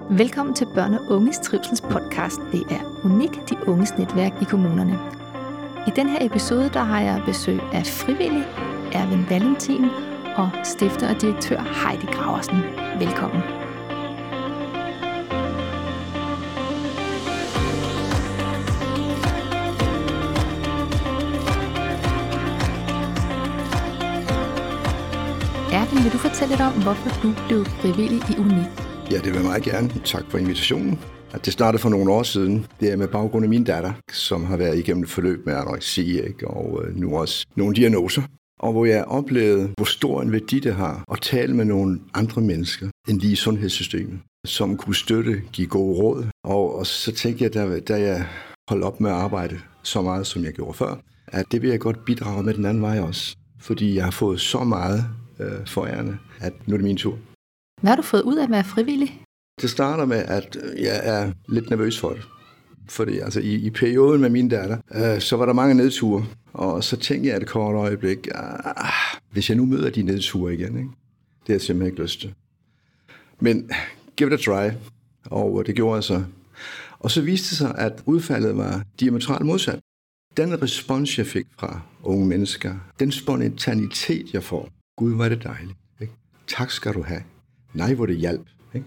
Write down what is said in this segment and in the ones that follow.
Velkommen til Børn og Unges Trivsels podcast. Det er Unik, de unges netværk i kommunerne. I den her episode, der har jeg besøg af frivillig Erwin Valentin og stifter og direktør Heidi Graversen. Velkommen. Erwin, vil du fortælle lidt om, hvorfor du blev frivillig i Unik? Ja, det vil jeg meget gerne. Tak for invitationen. Det startede for nogle år siden. Det er med baggrund af min datter, som har været igennem et forløb med anoreksi, og nu også nogle diagnoser. Og hvor jeg oplevede, hvor stor en værdi det har at tale med nogle andre mennesker end lige sundhedssystemet, som kunne støtte, give gode råd. Og så tænkte jeg, da jeg holdt op med at arbejde så meget, som jeg gjorde før, at det vil jeg godt bidrage med den anden vej også. Fordi jeg har fået så meget forærende, at nu er det min tur. Hvad har du fået ud af at være frivillig? Det starter med, at jeg er lidt nervøs for det. Fordi altså, i perioden med min datter, så var der mange nedture. Og så tænkte jeg et kort øjeblik, hvis jeg nu møder de nedture igen, ikke? Det har jeg simpelthen ikke lyst til. Men give it a try. Og det gjorde jeg så. Og så viste det sig, at udfaldet var diametralt modsat. Den respons, jeg fik fra unge mennesker, den spontanitet, jeg får, Gud, hvor er det dejligt. Ikke? Tak skal du have. Nej, hvor det hjalp. Ikke?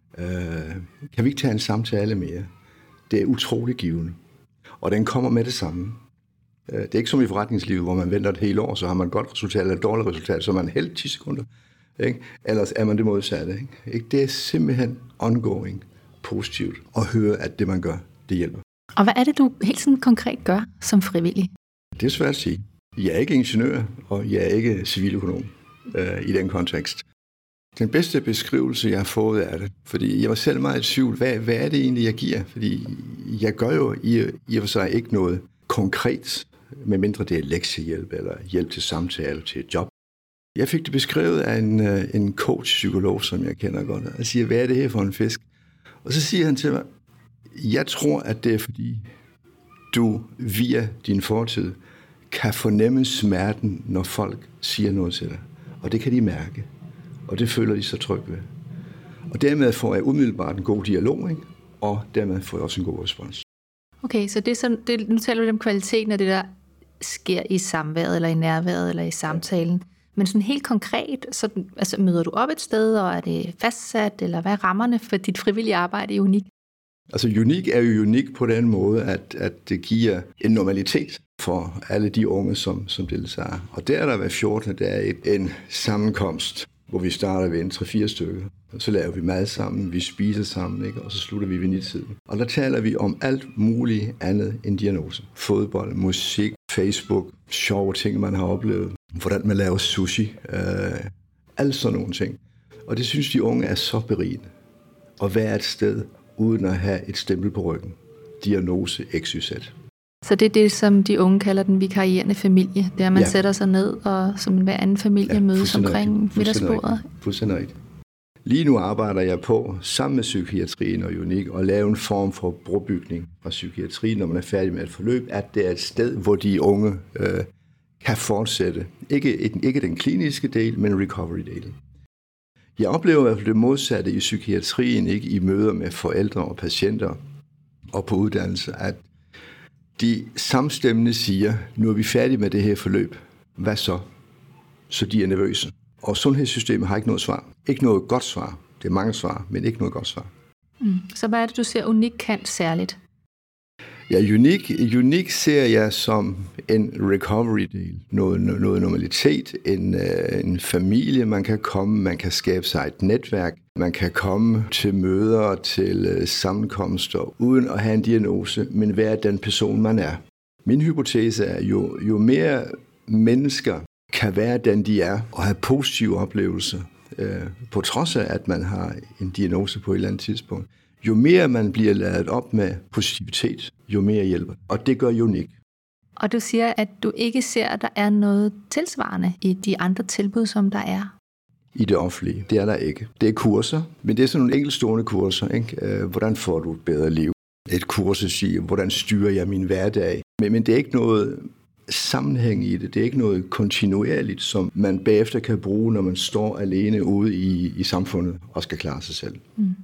Kan vi ikke tage en samtale mere? Det er utrolig givende. Og den kommer med det samme. Det er ikke som i forretningslivet, hvor man venter et helt år, så har man et godt resultat eller et dårligt resultat, så er man helt 10 sekunder. Ikke? Ellers er man det modsatte. Ikke? Det er simpelthen ongoing, positivt at høre, at det man gør, det hjælper. Og hvad er det, du helt sådan konkret gør som frivillig? Det er svært at sige. Jeg er ikke ingeniør, og jeg er ikke civiløkonom i den kontekst. Den bedste beskrivelse, jeg har fået af det, fordi jeg var selv meget i tvivl, hvad er det egentlig, jeg giver? Fordi jeg gør jo i og for sig ikke noget konkret, medmindre det er lektiehjælp eller hjælp til samtale, til et job. Jeg fik det beskrevet af en coach-psykolog, som jeg kender godt, og siger, hvad er det her for en fisk? Og så siger han til mig, jeg tror, at det er fordi, du via din fortid kan fornemme smerten, når folk siger noget til dig. Og det kan de mærke. Og det føler de sig trygge ved. Og dermed får jeg umiddelbart en god dialog, ikke? Og dermed får jeg også en god respons. Okay, så nu taler vi om kvaliteten af det, der sker i samværet, eller i nærværet, eller i samtalen. Men sådan helt konkret, så altså, møder du op et sted, og er det fastsat, eller hvad er rammerne for dit frivillige arbejde i Unik? Altså Unik er jo unik på den måde, at det giver en normalitet for alle de unge, som deltager. Og der er der hver 14. der er en sammenkomst, hvor vi starter ved en 3-4 stykker. Og så laver vi mad sammen, vi spiser sammen, ikke? Og så slutter vi ved 9-tiden. Og der taler vi om alt muligt andet end diagnoser. Fodbold, musik, Facebook, sjove ting, man har oplevet. Hvordan man laver sushi. Alt sådan nogle ting. Og det synes de unge er så berigende. At være et sted, uden at have et stempel på ryggen. Diagnose XYZ. Så det er det, som de unge kalder den vikarierende familie. Det er, at man sætter sig ned og som hver anden familie mødes omkring middagsbordet. Fuldstændig rigtigt. Lige nu arbejder jeg på, sammen med psykiatrien og Unik, at lave en form for brobygning fra psykiatrien, når man er færdig med et forløb, at det er et sted, hvor de unge kan fortsætte. Ikke den kliniske del, men recovery-delen. Jeg oplever i hvert fald det modsatte i psykiatrien, ikke i møder med forældre og patienter og på uddannelse, at de samstemmende siger, nu er vi færdige med det her forløb. Hvad så? Så de er nervøse. Og sundhedssystemet har ikke noget svar. Ikke noget godt svar. Det er mange svar, men ikke noget godt svar. Så hvad er det, du ser Unik kan særligt? Ja, Unik ser jeg som en recovery-del. Noget normalitet. En familie, man kan komme. Man kan skabe sig et netværk. Man kan komme til møder, til sammenkomster, uden at have en diagnose, men være den person, man er. Min hypotese er, jo mere mennesker kan være den, de er, og have positive oplevelser, på trods af, at man har en diagnose på et eller andet tidspunkt, jo mere man bliver ladet op med positivitet, jo mere hjælper. Og det gør Unik. Og du siger, at du ikke ser, at der er noget tilsvarende i de andre tilbud, som der er. I det offentlige. Det er der ikke. Det er kurser, men det er sådan nogle enkeltstående kurser. Ikke? Hvordan får du et bedre liv? Et kursus siger, hvordan styrer jeg min hverdag? Men det er ikke noget sammenhæng i det. Det er ikke noget kontinuerligt, som man bagefter kan bruge, når man står alene ude i samfundet og skal klare sig selv.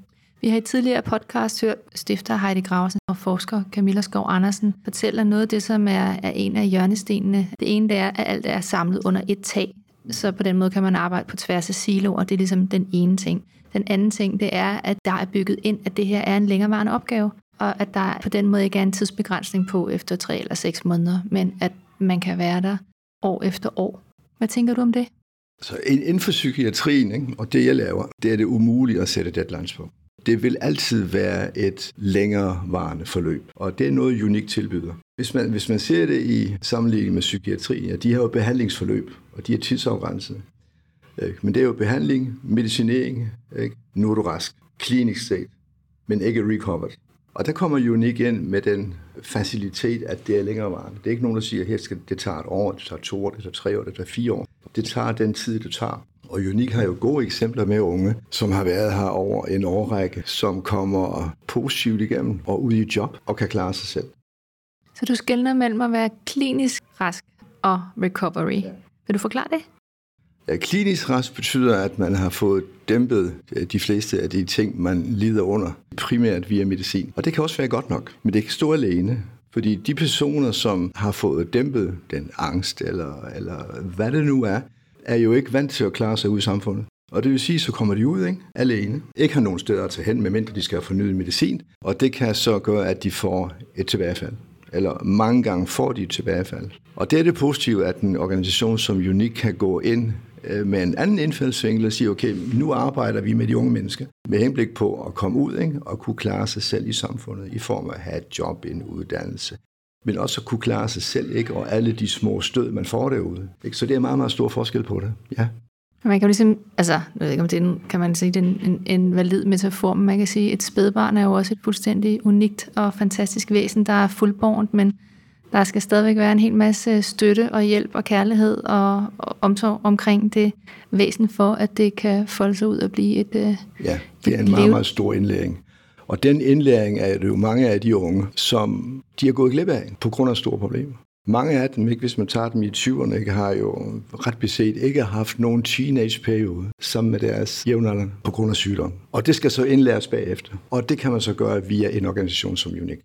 Vi har i tidligere podcast hørt stifter Heidi Gravesen og forsker Camilla Skov Andersen fortælle noget af det, som er en af hjørnestenene. Det ene det er, at alt er samlet under et tag, så på den måde kan man arbejde på tværs af siloer. Det er ligesom den ene ting. Den anden ting, det er, at der er bygget ind, at det her er en længerevarende opgave, og at der på den måde ikke er en tidsbegrænsning på efter 3 eller 6 måneder, men at man kan være der år efter år. Hvad tænker du om det? Så inden for psykiatrien, ikke, og det jeg laver, det er det umuligt at sætte deadlines på. Det vil altid være et længerevarende forløb, og det er noget unikt tilbyder. Hvis man ser det i sammenligning med psykiatrien, ja, de har jo behandlingsforløb, og de er tidsafgrænsede. Men det er jo behandling, medicinering, ikke? Nu er du rask, klinisk set, men ikke recovered. Og der kommer Unik ind med den facilitet, at det er længerevarende. Det er ikke nogen, der siger, at det tager 1 år, det tager 2 år, det tager 3 år, det tager 4 år. Det tager den tid, det tager. Og Unik har jo gode eksempler med unge, som har været her over en årrække, som kommer positivt igennem og ud i job og kan klare sig selv. Så du skelner mellem at være klinisk rask og recovery. Ja. Vil du forklare det? Ja, klinisk rask betyder, at man har fået dæmpet de fleste af de ting, man lider under, primært via medicin. Og det kan også være godt nok, men det kan stå alene. Fordi de personer, som har fået dæmpet den angst, eller hvad det nu er jo ikke vant til at klare sig ud i samfundet. Og det vil sige, så kommer de ud, ikke? Alene. Ikke har nogen steder at tage hen, medmindre de skal have fornyet medicin. Og det kan så gøre, at de får et tilbagefald. Eller mange gange får de et tilbagefald. Og det er det positive, at en organisation som Unik kan gå ind med en anden indfaldsvinkel og sige, okay, nu arbejder vi med de unge mennesker med henblik på at komme ud, ikke? Og kunne klare sig selv i samfundet i form af at have et job, en uddannelse, men også at kunne klare sig selv, ikke? Og alle de små stød, man får derude. Ikke? Så det er meget, meget stor forskel på det. Ja. Man kan jo ligesom, jeg ved ikke om det kan man sige, det er en valid metafor, men man kan sige, at et spædbarn er jo også et fuldstændig unikt og fantastisk væsen, der er fuldbårent, men der skal stadigvæk være en hel masse støtte og hjælp og kærlighed og omsorg omkring det væsen, for at det kan folde sig ud og blive et ja, det er en meget, meget stor indlæring. Og den indlæring er det jo mange af de unge, som de har gået glip af på grund af store problemer. Mange af dem, ikke, hvis man tager dem i 20'erne, ikke, har jo ret beset ikke haft nogen teenage-periode sammen med deres jævnaldrende på grund af sygdom. Og det skal så indlæres bagefter. Og det kan man så gøre via en organisation som Unik.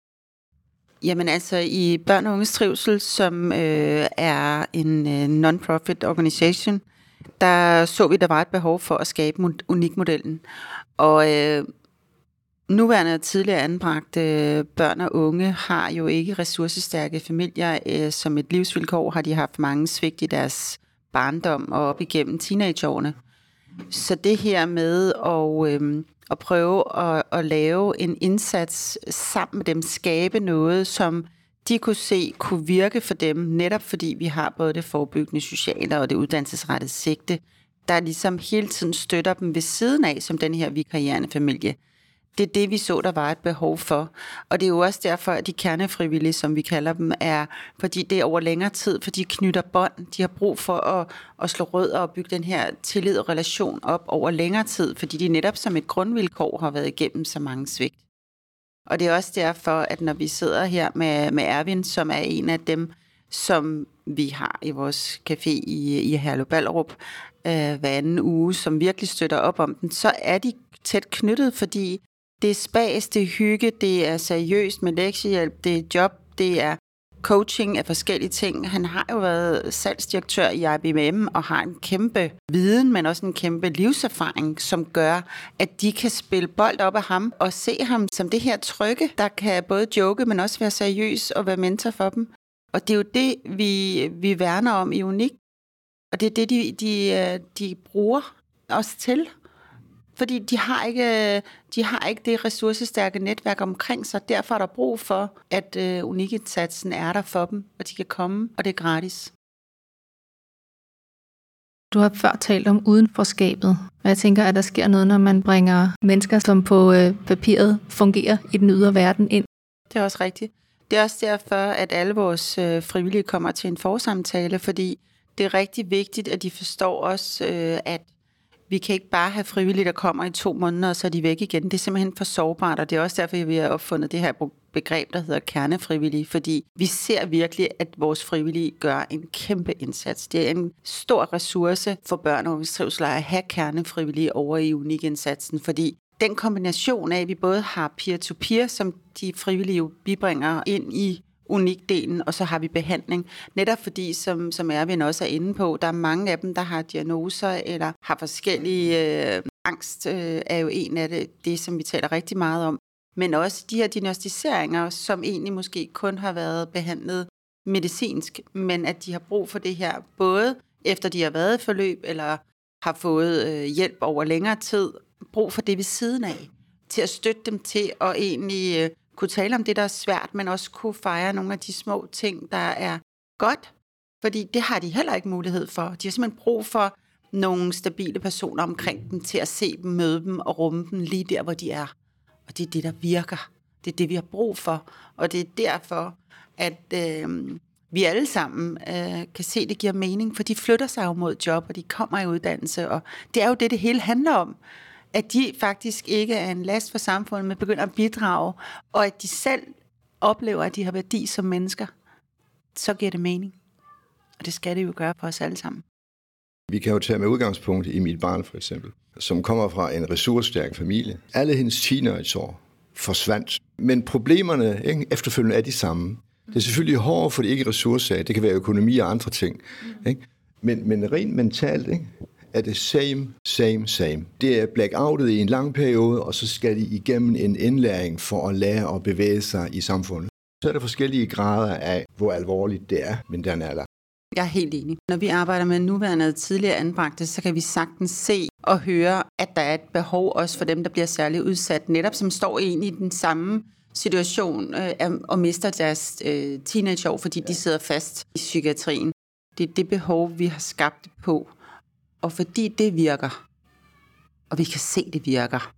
Jamen altså i Børn og Unges Trivsel, som er en non-profit organisation, der så vi, der var et behov for at skabe Unik-modellen. Og nuværende og tidligere anbragte børn og unge har jo ikke ressourcestærke familier. Som et livsvilkår har de haft mange svigt i deres barndom og op igennem teenageårene. Så det her med at prøve at lave en indsats sammen med dem, skabe noget, som de kunne se kunne virke for dem, netop fordi vi har både det forebyggende sociale og det uddannelsesrettede sigte, der ligesom hele tiden støtter dem ved siden af, som den her vikarierende familie. Det er det, vi så, der var et behov for. Og det er jo også derfor, at de kernefrivillige, som vi kalder dem, er, fordi det er over længere tid, for de knytter bånd. De har brug for at slå rødder og bygge den her tillid og relation op over længere tid, fordi de netop som et grundvilkår har været igennem så mange svigt. Og det er også derfor, at når vi sidder her med Erwin, som er en af dem, som vi har i vores café i Herlev Ballerup hver anden uge, som virkelig støtter op om den, så er de tæt knyttet, fordi det er spas, det er hygge, det er seriøst med lektiehjælp, det er job, det er coaching af forskellige ting. Han har jo været salgsdirektør i IBM og har en kæmpe viden, men også en kæmpe livserfaring, som gør, at de kan spille bold op af ham og se ham som det her trygge, der kan både joke, men også være seriøs og være mentor for dem. Og det er jo det, vi værner om i Unik. Og det er det, de bruger os til. Fordi de har ikke det ressourcestærke netværk omkring sig. Derfor er der brug for, at Unik-indsatsen er der for dem, og de kan komme, og det er gratis. Du har før talt om udenforskabet, og jeg tænker, at der sker noget, når man bringer mennesker, som på papiret fungerer i den ydre verden ind. Det er også rigtigt. Det er også derfor, at alle vores frivillige kommer til en forsamtale, fordi det er rigtig vigtigt, at de forstår også, at vi kan ikke bare have frivillige, der kommer i 2 måneder, og så er de væk igen. Det er simpelthen for sårbart, og det er også derfor, vi har opfundet det her begreb, der hedder kernefrivillige, fordi vi ser virkelig, at vores frivillige gør en kæmpe indsats. Det er en stor ressource for børn og unges trivsel at have kernefrivillige over i Unik-indsatsen, fordi den kombination af, at vi både har peer-to-peer, som de frivillige jo bibringer ind i unik-delen, og så har vi behandling. Netop fordi, som Erwin også er inde på, der er mange af dem, der har diagnoser eller har forskellige angst, er jo en af det, som vi taler rigtig meget om. Men også de her diagnostiseringer, som egentlig måske kun har været behandlet medicinsk, men at de har brug for det her, både efter de har været i forløb, eller har fået hjælp over længere tid, brug for det ved siden af, til at støtte dem til at egentlig kunne tale om det, der er svært, men også kunne fejre nogle af de små ting, der er godt, fordi det har de heller ikke mulighed for. De har simpelthen brug for nogle stabile personer omkring dem, til at se dem, møde dem og rumme dem lige der, hvor de er. Og det er det, der virker. Det er det, vi har brug for. Og det er derfor, at vi alle sammen kan se, at det giver mening, for de flytter sig jo mod job, og de kommer i uddannelse, og det er jo det hele handler om. At de faktisk ikke er en last for samfundet, men begynder at bidrage, og at de selv oplever, at de har værdi som mennesker, så giver det mening. Og det skal det jo gøre for os alle sammen. Vi kan jo tage med udgangspunkt i mit barn for eksempel, som kommer fra en ressourcestærk familie. Alle hendes teenageår forsvandt, men problemerne efterfølgende er de samme. Det er selvfølgelig hårdere for de ikke ressourcestærke. Det kan være økonomi og andre ting. Ikke? Men rent mentalt er det same. Det er blackoutet i en lang periode, og så skal de igennem en indlæring for at lære at bevæge sig i samfundet. Så er der forskellige grader af, hvor alvorligt det er, men den er der. Jeg er helt enig. Når vi arbejder med nuværende og tidligere anbragte, så kan vi sagtens se og høre, at der er et behov også for dem, der bliver særligt udsat, netop som står ind i den samme situation og mister deres teenageår, fordi de sidder fast i psykiatrien. Det er det behov, vi har skabt på. Og fordi det virker, og vi kan se, det virker,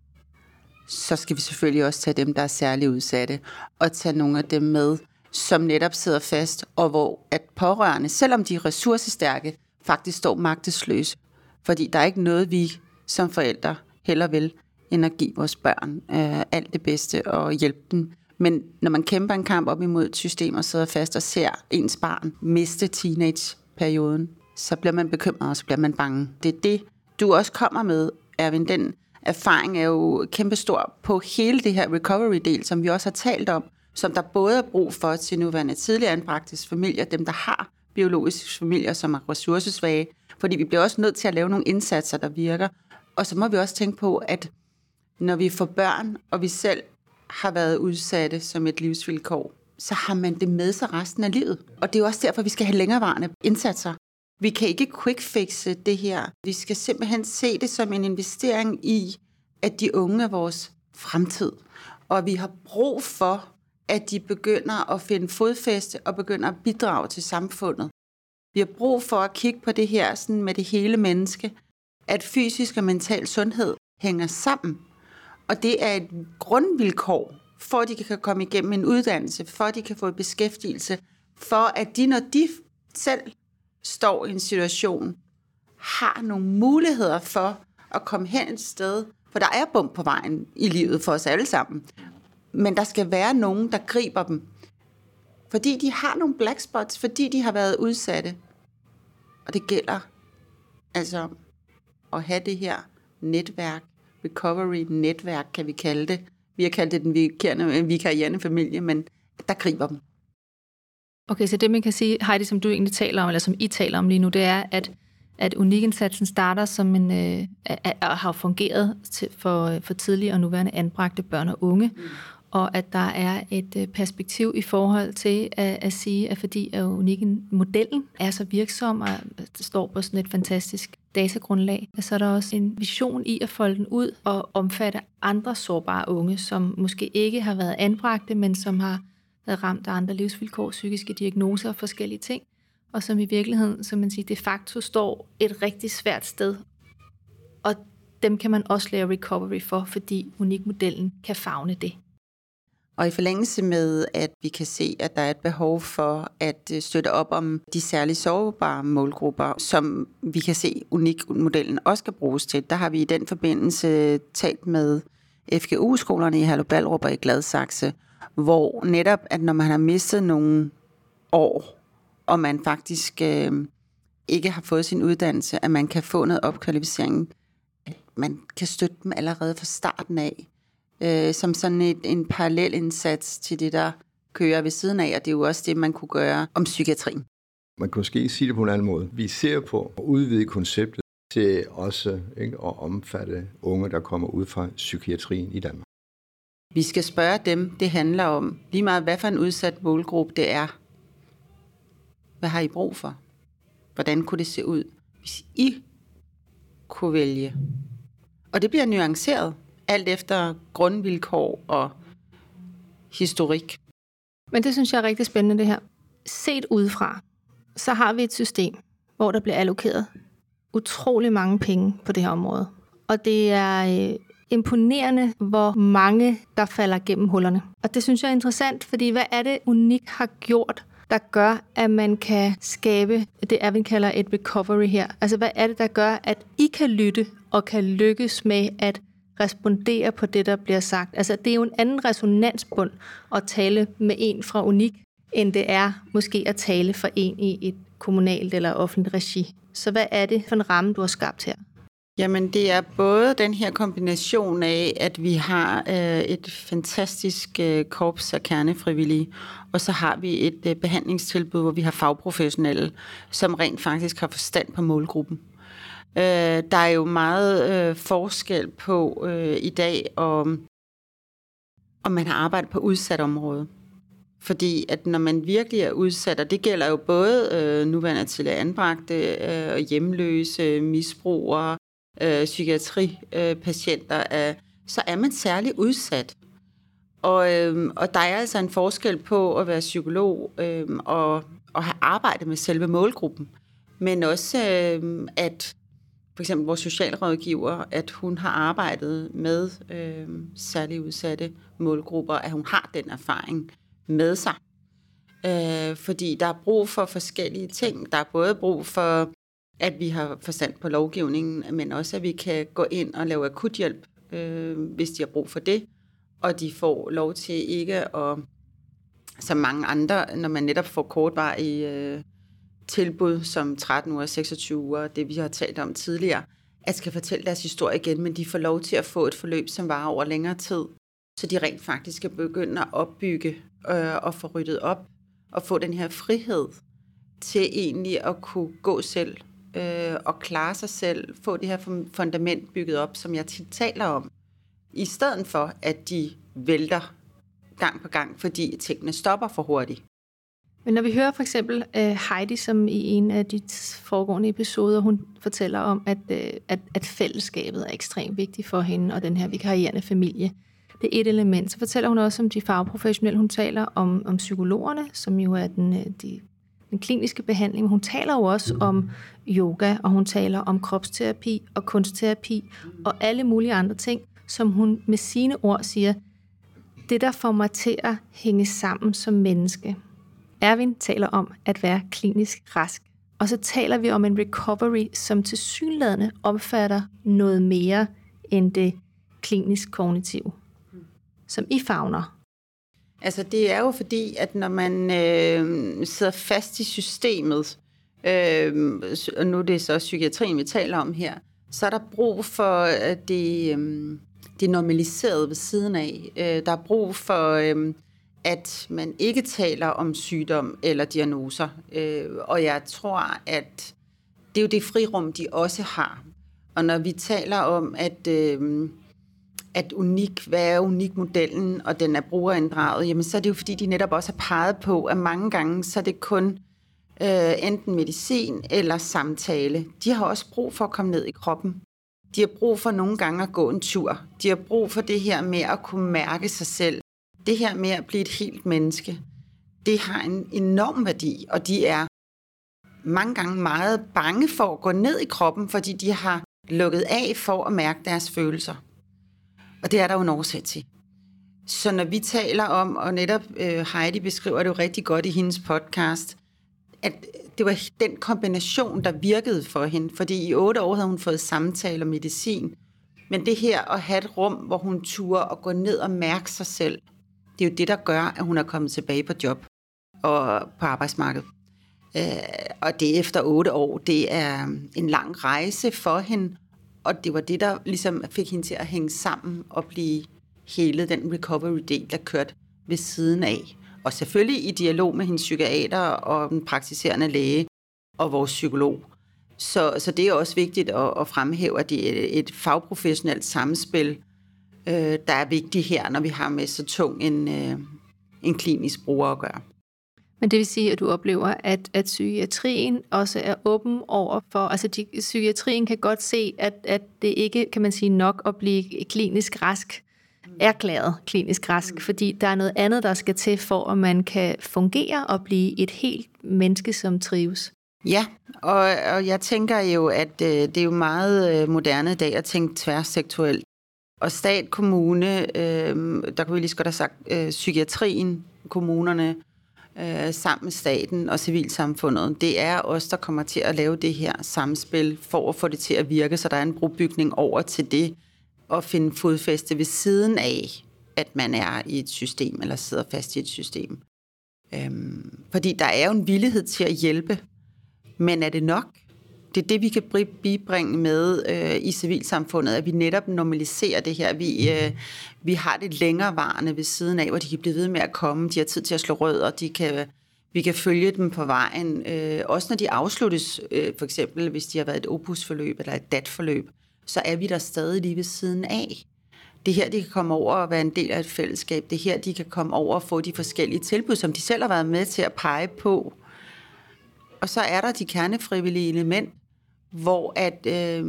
så skal vi selvfølgelig også tage dem, der er særligt udsatte, og tage nogle af dem med, som netop sidder fast, og hvor at pårørende, selvom de er ressourcestærke, faktisk står magtesløse. Fordi der er ikke noget, vi som forældre heller vil, end at give vores børn alt det bedste og hjælpe dem. Men når man kæmper en kamp op imod et system og sidder fast og ser ens barn miste teenageperioden, så bliver man bekymret, og så bliver man bange. Det er det, du også kommer med, Erwin. Den erfaring er jo kæmpestor på hele det her recovery-del, som vi også har talt om, som der både er brug for til nuværende tidligere anbragtes familier, dem der har biologiske familier, som er ressourcesvage, fordi vi bliver også nødt til at lave nogle indsatser, der virker. Og så må vi også tænke på, at når vi får børn, og vi selv har været udsatte som et livsvilkår, så har man det med sig resten af livet. Og det er jo også derfor, vi skal have længerevarende indsatser. Vi kan ikke quickfixe det her. Vi skal simpelthen se det som en investering i, at de unge er vores fremtid. Og vi har brug for, at de begynder at finde fodfæste og begynder at bidrage til samfundet. Vi har brug for at kigge på det her sådan med det hele menneske, at fysisk og mental sundhed hænger sammen. Og det er et grundvilkår, for at de kan komme igennem en uddannelse, for at de kan få en beskæftigelse, for at de, når de selv står i en situation, har nogle muligheder for at komme hen et sted, for der er bump på vejen i livet for os alle sammen. Men der skal være nogen, der griber dem. Fordi de har nogle black spots, fordi de har været udsatte. Og det gælder altså at have det her netværk, recovery-netværk, kan vi kalde det. Vi har kaldt det den vikarierende familie, men der griber dem. Okay, så det man kan sige, Heidi, som du egentlig taler om, eller som I taler om lige nu, det er, at unikindsatsen starter som og har fungeret for tidligere og nuværende anbragte børn og unge, og at der er et perspektiv i forhold til at sige, at fordi at unikken-modellen er så virksom og står på sådan et fantastisk datagrundlag, så er der også en vision i at folde den ud og omfatte andre sårbare unge, som måske ikke har været anbragte, men som har været ramt af andre livsvilkår, psykiske diagnoser og forskellige ting, og som i virkeligheden, som man siger, de facto står et rigtig svært sted. Og dem kan man også lave recovery for, fordi unikmodellen kan favne det. Og i forlængelse med, at vi kan se, at der er et behov for at støtte op om de særligt sårbare målgrupper, som vi kan se, unikmodellen også kan bruges til, der har vi i den forbindelse talt med FGU-skolerne i Herlev Ballerup og i Gladsaxe, hvor netop, at når man har mistet nogle år, og man faktisk ikke har fået sin uddannelse, at man kan få noget opkvalificering, at man kan støtte dem allerede fra starten af, som sådan en parallel indsats til det, der kører ved siden af, og det er jo også det, man kunne gøre om psykiatrien. Man kan måske sige det på en anden måde. Vi ser på at udvide konceptet til også at omfatte unge, der kommer ud fra psykiatrien i Danmark. Vi skal spørge dem, det handler om, lige meget hvad for en udsat målgruppe det er. Hvad har I brug for? Hvordan kunne det se ud, hvis I kunne vælge? Og det bliver nuanceret, alt efter grundvilkår og historik. Men det synes jeg er rigtig spændende, det her. Set udefra, så har vi et system, hvor der bliver allokeret utrolig mange penge på det her område. Og det er imponerende, hvor mange, der falder gennem hullerne. Og det synes jeg er interessant, fordi hvad er det, Unik har gjort, der gør, at man kan skabe det, vi kalder et recovery her? Altså, hvad er det, der gør, at I kan lytte og kan lykkes med at respondere på det, der bliver sagt? Altså, det er jo en anden resonansbund at tale med en fra Unik, end det er måske at tale for en i et kommunalt eller offentligt regi. Så hvad er det for en ramme, du har skabt her? Jamen, det er både den her kombination af, at vi har et fantastisk korps af kernefrivillige, og så har vi et behandlingstilbud, hvor vi har fagprofessionelle, som rent faktisk har forstand på målgruppen. Der er jo meget forskel på i dag, om man har arbejdet på udsat område. Fordi at når man virkelig er udsat, og det gælder jo både nuværende til anbragte, hjemløse, misbrugere, psykiatripatienter, så er man særlig udsat. Og der er altså en forskel på at være psykolog og have arbejdet med selve målgruppen. Men også at for eksempel vores socialrådgiver, at hun har arbejdet med særlig udsatte målgrupper, at hun har den erfaring med sig. Fordi der er brug for forskellige ting. Der er både brug for, at vi har forstand på lovgivningen, men også, at vi kan gå ind og lave akuthjælp, hvis de har brug for det. Og de får lov til ikke at, som mange andre, når man netop får kortvarige tilbud, som 13 uger, 26 uger, det vi har talt om tidligere, at skal fortælle deres historie igen, men de får lov til at få et forløb, som varer over længere tid, så de rent faktisk skal begynde at opbygge og få ryddet op, og få den her frihed til egentlig at kunne gå selv, og klare sig selv, få det her fundament bygget op, som jeg tit taler om, i stedet for, at de vælter gang på gang, fordi tingene stopper for hurtigt. Men når vi hører for eksempel Heidi, som i en af de foregående episoder, hun fortæller om, at fællesskabet er ekstremt vigtigt for hende, og den her vikarierende familie, det er et element. Så fortæller hun også om de fagprofessionelle. Hun taler om psykologerne, som jo er den kliniske behandling. Hun taler jo også om yoga, og hun taler om kropsterapi og kunstterapi og alle mulige andre ting, som hun med sine ord siger, det der får mig til at hænge sammen som menneske. Ervin taler om at være klinisk rask. Og så taler vi om en recovery, som tilsyneladende omfatter noget mere end det klinisk kognitive, som I favner. Altså det er jo fordi, at når man sidder fast i systemet, og nu er det så psykiatrien, vi taler om her, så er der brug for det normaliserede ved siden af. Der er brug for, at man ikke taler om sygdom eller diagnoser. Og jeg tror, at det er jo det frirum, de også har. Og når vi taler om, at Unik, hvad er Unik-modellen, og den er brugerinddraget, jamen så er det jo fordi, de netop også har peget på, at mange gange, så er det kun enten medicin eller samtale. De har også brug for at komme ned i kroppen. De har brug for nogle gange at gå en tur. De har brug for det her med at kunne mærke sig selv. Det her med at blive et helt menneske. Det har en enorm værdi, og de er mange gange meget bange for at gå ned i kroppen, fordi de har lukket af for at mærke deres følelser. Og det er der jo en årsag til. Så når vi taler om, og netop Heidi beskriver det jo rigtig godt i hendes podcast, at det var den kombination, der virkede for hende. Fordi i 8 år havde hun fået samtale og medicin. Men det her at have et rum, hvor hun turde at gå ned og mærke sig selv, det er jo det, der gør, at hun er kommet tilbage på job og på arbejdsmarkedet. Og det efter 8 år, det er en lang rejse for hende Og det var det, der ligesom fik hende til at hænge sammen og blive hele den recovery-del, der kørte ved siden af. Og selvfølgelig i dialog med hendes psykiater og den praktiserende læge og vores psykolog. Så det er også vigtigt at fremhæve, at det er et fagprofessionelt samspil, der er vigtigt her, når vi har med så tung en klinisk bruger at gøre. Men det vil sige, at du oplever, at psykiatrien også er åben over for, altså psykiatrien kan godt se, at det ikke, kan man sige, nok at blive klinisk rask, erklæret klinisk rask, fordi der er noget andet, der skal til, for at man kan fungere og blive et helt menneske, som trives. Ja, og jeg tænker jo, at det er jo meget moderne i dag at tænke tværsektorielt. Og stat, kommune, der kunne vi lige så godt have sagt psykiatrien, kommunerne, sammen med staten og civilsamfundet. Det er os, der kommer til at lave det her samspil for at få det til at virke, så der er en brobygning over til det og finde fodfæste ved siden af, at man er i et system eller sidder fast i et system. Fordi der er jo en villighed til at hjælpe, men er det nok? Det er det, vi kan bibringe med i civilsamfundet, at vi netop normaliserer det her. Vi har det længerevarende ved siden af, hvor de kan blive ved med at komme. De har tid til at slå rødder. Vi kan følge dem på vejen. Også når de afsluttes, for eksempel hvis de har været et opusforløb eller et DAT-forløb, så er vi der stadig lige ved siden af. Det her, de kan komme over og være en del af et fællesskab. Det her, de kan komme over og få de forskellige tilbud, som de selv har været med til at pege på. Og så er der de kernefrivillige element, hvor at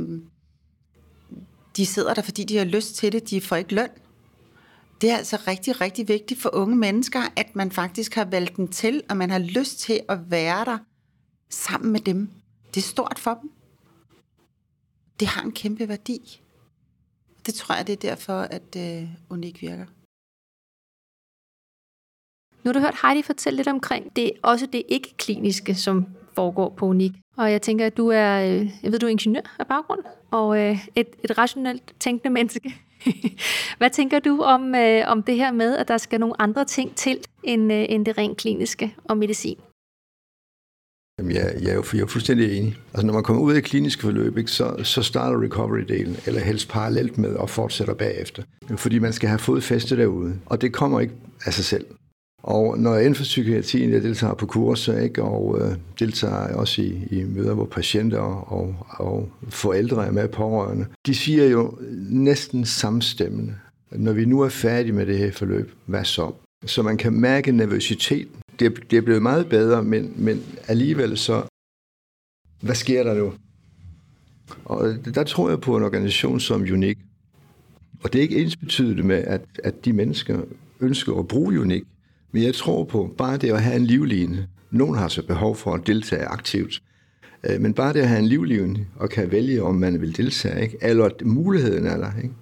de sidder der, fordi de har lyst til det. De får ikke løn. Det er altså rigtig, rigtig vigtigt for unge mennesker, at man faktisk har valgt dem til, og man har lyst til at være der sammen med dem. Det er stort for dem. Det har en kæmpe værdi. Det tror jeg, det er derfor, at Unik virker. Nu har du hørt Heidi fortælle lidt omkring det, også det ikke-kliniske, som foregår på Unik. Og jeg tænker, at du er ingeniør af baggrund, og et rationelt tænkende menneske. Hvad tænker du om det her med, at der skal nogle andre ting til, end det rent kliniske og medicin? Jamen, jeg er jo fuldstændig enig. Altså, når man kommer ud af det kliniske forløb, ikke, så starter recovery-delen, eller helst parallelt med, og fortsætter bagefter. Fordi man skal have fodfæste derude, og det kommer ikke af sig selv. Og når jeg inden for psykiatrien, jeg deltager på kurser, ikke, og deltager også i møder, hvor patienter og forældre er med, pårørende, de siger jo næsten samstemmende, at når vi nu er færdige med det her forløb, hvad så? Så man kan mærke nervøsiteten. Det er blevet meget bedre, men alligevel så, hvad sker der nu? Og der tror jeg på en organisation som Unik. Og det er ikke ensbetydende med, at de mennesker ønsker at bruge Unik. Men jeg tror på bare det at have en livline. Nogen har så behov for at deltage aktivt. Men bare det at have en livline og kan vælge, om man vil deltage, ikke? Eller at muligheden er der, ikke?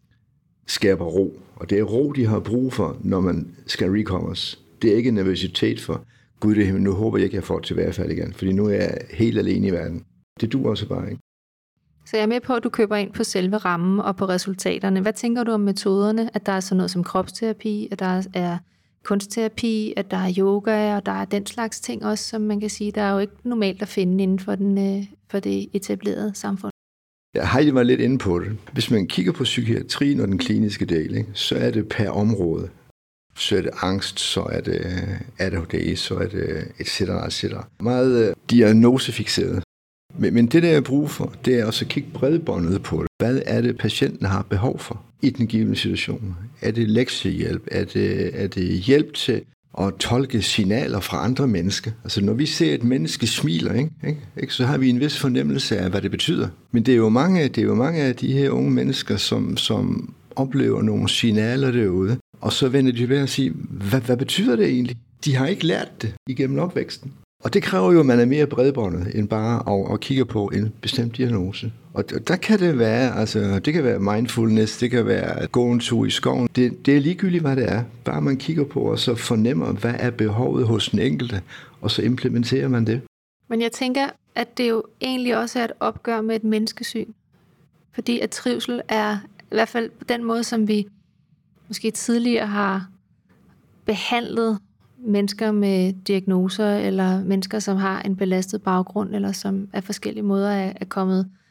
Skaber ro. Og det er ro, de har brug for, når man skal recovers. Det er ikke nervøsitet for, gud, nu håber jeg ikke, jeg får et tilbagefald igen, fordi nu er jeg helt alene i verden. Det duer også bare, ikke? Så jeg er med på, at du køber ind på selve rammen og på resultaterne. Hvad tænker du om metoderne? At der er sådan noget som kropsterapi, at der er kunstterapi, at der er yoga, og der er den slags ting også, som man kan sige, der er jo ikke normalt at finde inden for det etablerede samfund. Ja, Heidi var lidt inde på det. Hvis man kigger på psykiatrien og den kliniske del, ikke, så er det per område. Så er det angst, så er det ADHD, så er det etc. Meget diagnosefixeret. Men det, der er brug for, det er også at kigge bredbåndet på det. Hvad er det, patienten har behov for i den givne situation? Er det lektiehjælp? Er det hjælp til at tolke signaler fra andre mennesker? Altså, når vi ser et menneske smiler, ikke, så har vi en vis fornemmelse af, hvad det betyder. Men det er jo mange af de her unge mennesker, som oplever nogle signaler derude, og så vender de tilbage og siger, hvad betyder det egentlig? De har ikke lært det igennem opvæksten. Og det kræver jo, at man er mere bredbåndet end bare at kigge på en bestemt diagnose. Og der kan det være, altså det kan være mindfulness, det kan være at gå en tur i skoven. Det er ligegyldigt, hvad det er. Bare man kigger på og så fornemmer, hvad er behovet hos den enkelte, og så implementerer man det. Men jeg tænker, at det jo egentlig også er et opgør med et menneskesyn. Fordi at trivsel er, i hvert fald på den måde, som vi måske tidligere har behandlet mennesker med diagnoser, eller mennesker, som har en belastet baggrund, eller som af forskellige måder er kommet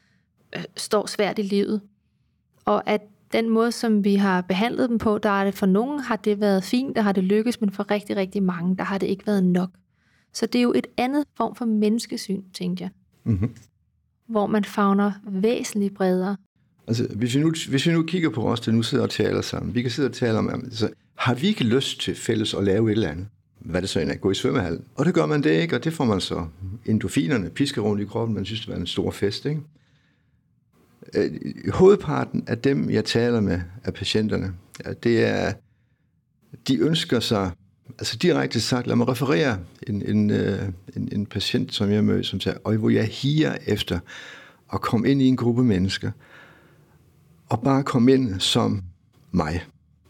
står svært i livet. Og at den måde, som vi har behandlet dem på, der er det for nogen har det været fint, der har det lykkes, men for rigtig, rigtig mange, der har det ikke været nok. Så det er jo et andet form for menneskesyn, tænkte jeg. Mm-hmm. Hvor man favner væsentligt bredere. Altså, hvis vi nu kigger på os, der nu sidder og taler sammen, vi kan sidde og tale om, altså, har vi ikke lyst til fælles at lave et eller andet? Hvad det så end er, gå i svømmehallen. Og det gør man det ikke, og det får man så endorfinerne, pisker rundt i kroppen, man synes, det var en stor fest, ikke? Hovedparten af dem, jeg taler med, af patienterne, det er, de ønsker sig, altså direkte sagt, lad mig referere en patient, som jeg mødte, som sagde, hvor jeg higer efter at komme ind i en gruppe mennesker, og bare komme ind som mig.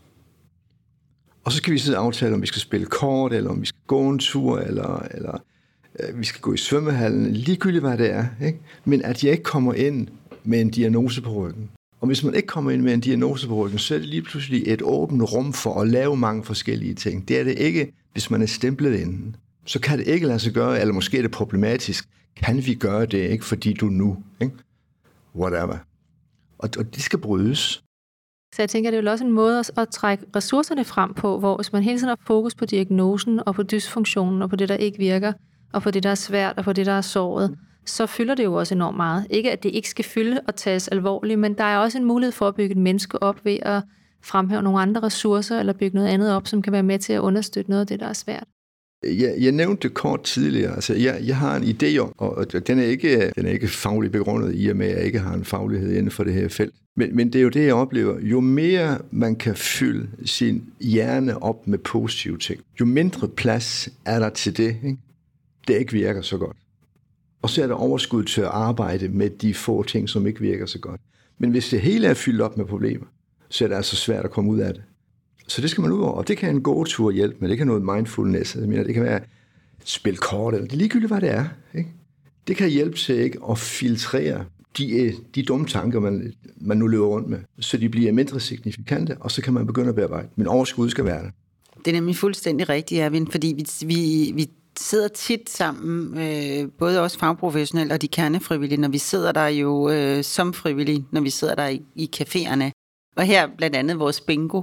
Og så kan vi sidde og aftale, om vi skal spille kort, eller om vi skal gå en tur, eller vi skal gå i svømmehallen, ligegyldigt hvad det er, ikke? Men at jeg ikke kommer ind med en diagnose på ryggen. Og hvis man ikke kommer ind med en diagnose på ryggen, så er det lige pludselig et åbent rum for at lave mange forskellige ting. Det er det ikke, hvis man er stemplet inden. Så kan det ikke lade sig gøre, eller måske er det problematisk. Kan vi gøre det, ikke? Fordi du nu, ikke? Whatever. Og det skal brydes. Så jeg tænker, det er jo også en måde at trække ressourcerne frem på, hvor hvis man hele tiden har fokus på diagnosen, og på dysfunktionen, og på det, der ikke virker, og på det, der er svært, og på det, der er såret, så fylder det jo også enormt meget. Ikke at det ikke skal fylde og tages alvorligt, men der er også en mulighed for at bygge et menneske op ved at fremhæve nogle andre ressourcer, eller bygge noget andet op, som kan være med til at understøtte noget af det, der er svært. Jeg nævnte det kort tidligere. Altså, jeg har en idé om, og den er ikke fagligt begrundet i og med, at jeg ikke har en faglighed inden for det her felt. Men det er jo det, jeg oplever. Jo mere man kan fylde sin hjerne op med positive ting, jo mindre plads er der til det, ikke? Det ikke virker så godt. Og så er der overskud til at arbejde med de få ting, som ikke virker så godt. Men hvis det hele er fyldt op med problemer, så er det altså svært at komme ud af det. Så det skal man ud over, og det kan en gåtur hjælpe med. Det kan noget mindfulness, det kan være spil kort, eller det er ligegyldigt, hvad det er. Ikke? Det kan hjælpe til ikke at filtrere de dumme tanker, man nu løber rundt med, så de bliver mindre signifikante, og så kan man begynde at bearbejde. Men overskud skal være der. Det er nemlig fuldstændig rigtigt, Erwin, fordi vi sidder tit sammen, både os fagprofessionelle og de kernefrivillige, når vi sidder der jo som frivillige, når vi sidder der i caféerne. Og her blandt andet vores bingo.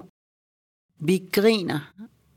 Vi griner.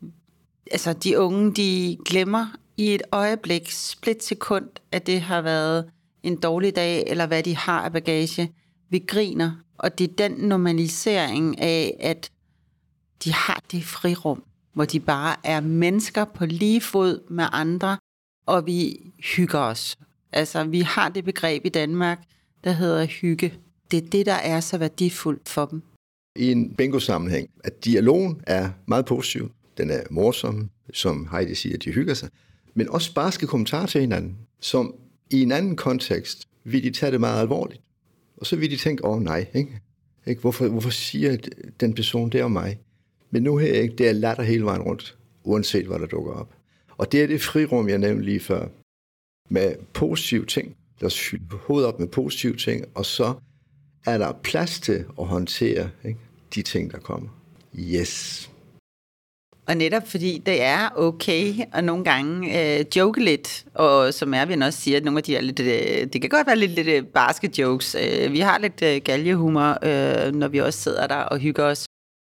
Altså de unge, de glemmer i et øjeblik, splitsekund, at det har været en dårlig dag, eller hvad de har af bagage. Vi griner, og det er den normalisering af, at de har det frirum, hvor de bare er mennesker på lige fod med andre, og vi hygger os. Altså, vi har det begreb i Danmark, der hedder hygge. Det er det, der er så værdifuldt for dem. I en bingo-sammenhæng, at dialogen er meget positiv. Den er morsom, som Heidi siger, at de hygger sig. Men også barske kommentarer til hinanden, som i en anden kontekst vil de tage det meget alvorligt. Og så vil de tænke, nej, ikke? Hvorfor siger den person det om mig? Men nu her, ikke? Det er latter hele vejen rundt, uanset hvad der dukker op. Og det er det frirum, jeg nævnte lige før, med positive ting. Lad os fylde hovedet op med positive ting, og så er der plads til at håndtere, ikke, de ting, der kommer. Yes. Og netop fordi det er okay at nogle gange joke lidt, og som Erwin også siger, at nogle af de er lidt, det kan godt være lidt barske jokes. Vi har lidt galjehumor, når vi også sidder der og hygger os.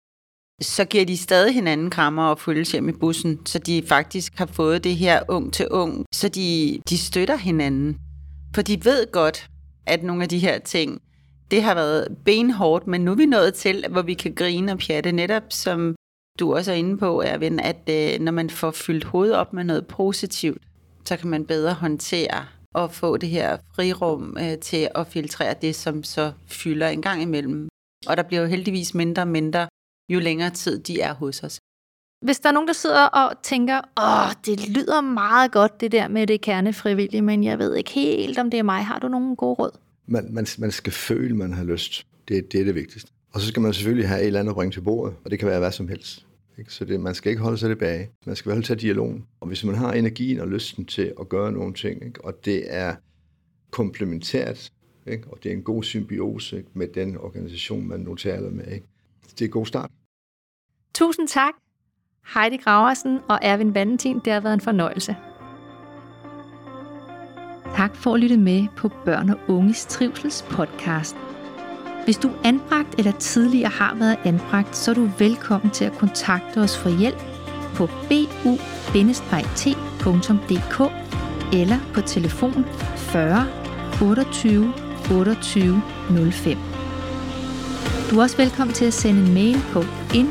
Så giver de stadig hinanden krammer og følges hjem i bussen, så de faktisk har fået det her ung til ung, så de støtter hinanden. For de ved godt, at nogle af de her ting, det har været benhårdt, men nu er vi nået til, hvor vi kan grine og pjatte, netop som du også er inde på, Erwin, at når man får fyldt hovedet op med noget positivt, så kan man bedre håndtere og få det her frirum til at filtrere det, som så fylder en gang imellem. Og der bliver jo heldigvis mindre og mindre, jo længere tid de er hos os. Hvis der er nogen, der sidder og tænker, det lyder meget godt, det der med det kernefrivillige, men jeg ved ikke helt, om det er mig. Har du nogen gode råd? Man skal føle, man har lyst. Det er det vigtigste. Og så skal man selvfølgelig have et eller andet at bringe til bordet, og det kan være hvad som helst. Ikke? Så man skal ikke holde sig tilbage. Man skal vel tage dialogen. Og hvis man har energien og lysten til at gøre nogle ting, ikke? Og det er komplementært, ikke? Og det er en god symbiose, ikke? Med den organisation, man nu taler med. Ikke? Det er en god start. Tusind tak, Heidi Graversen og Erwin Valentin. Det har været en fornøjelse. Tak for at lytte med på Børn og Unges Trivsels podcast. Hvis du er anbragt eller tidligere har været anbragt, så er du velkommen til at kontakte os for hjælp på bu-t.dk eller på telefon 40 28 28 05. Du er også velkommen til at sende en mail på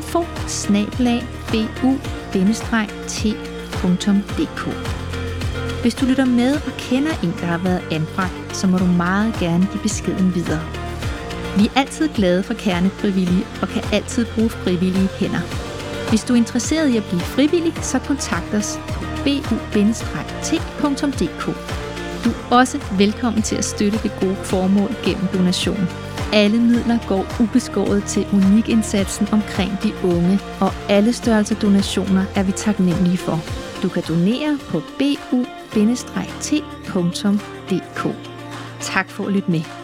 info@bu-t.dk. Hvis du lytter med og kender en, der har været anbragt, så må du meget gerne give beskeden videre. Vi er altid glade for kernefrivillige og kan altid bruge frivillige hænder. Hvis du er interesseret i at blive frivillig, så kontakt os på bu-t.dk. Du er også velkommen til at støtte det gode formål gennem donation. Alle midler går ubeskåret til Unik-indsatsen omkring de unge, og alle størrelser donationer er vi taknemmelige for. Du kan donere på bu-t.dk. Tak for at lytte med.